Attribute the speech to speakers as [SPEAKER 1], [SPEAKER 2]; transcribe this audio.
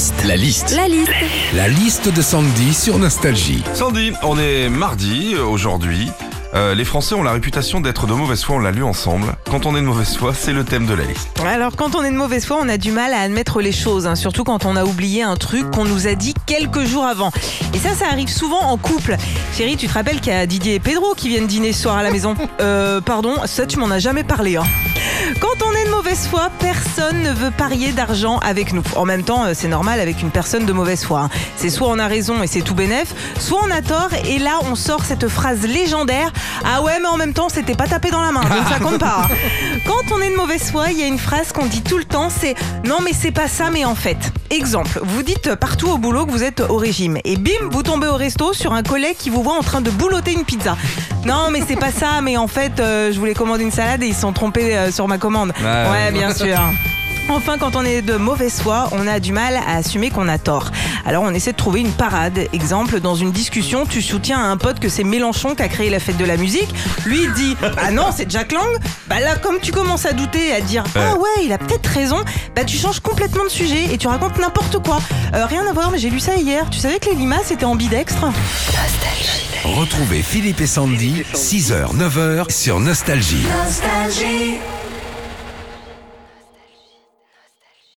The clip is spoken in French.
[SPEAKER 1] liste.
[SPEAKER 2] La liste de Sandy sur Nostalgie.
[SPEAKER 3] Sandy, on est mardi aujourd'hui. Les Français ont la réputation d'être de mauvaise foi, on l'a lu ensemble. Quand on est de mauvaise foi, c'est le thème de la liste.
[SPEAKER 4] Alors quand on est de mauvaise foi, on a du mal à admettre les choses, surtout quand on a oublié un truc qu'on nous a dit quelques jours avant. Et ça arrive souvent en couple. Chérie, tu te rappelles qu'il y a Didier et Pedro qui viennent dîner ce soir à la maison? Pardon, ça tu m'en as jamais parlé. Quand on est de mauvaise foi, personne ne veut parier d'argent avec nous. En même temps, c'est normal avec une personne de mauvaise foi. C'est soit on a raison et c'est tout bénef, soit on a tort et là on sort cette phrase légendaire: ah ouais, mais en même temps c'était pas tapé dans la main, donc ça compte pas. Quand on est de mauvaise foi, il y a une phrase qu'on dit tout le temps, c'est non mais c'est pas ça, mais en fait. Exemple, vous dites partout au boulot que vous êtes au régime et bim, vous tombez au resto sur un collègue qui vous voit en train de boulotter une pizza. Non mais c'est pas ça, mais en fait je voulais commander une salade et ils se sont trompés sur ma commande. Ouais, bien sûr. Enfin, quand on est de mauvaise foi, on a du mal à assumer qu'on a tort. Alors on essaie de trouver une parade. Exemple, dans une discussion, tu soutiens à un pote que c'est Mélenchon qui a créé la fête de la musique. Lui il dit ah non, c'est Jack Lang. Bah là, comme tu commences à douter, à dire ah ouais, il a peut-être raison, bah tu changes complètement de sujet et tu racontes n'importe quoi. Rien à voir, mais j'ai lu ça hier. Tu savais que les limaces étaient ambidextres?
[SPEAKER 2] Retrouvez Philippe et Sandy, 6h, 9h sur Nostalgie.
[SPEAKER 5] Nostalgie.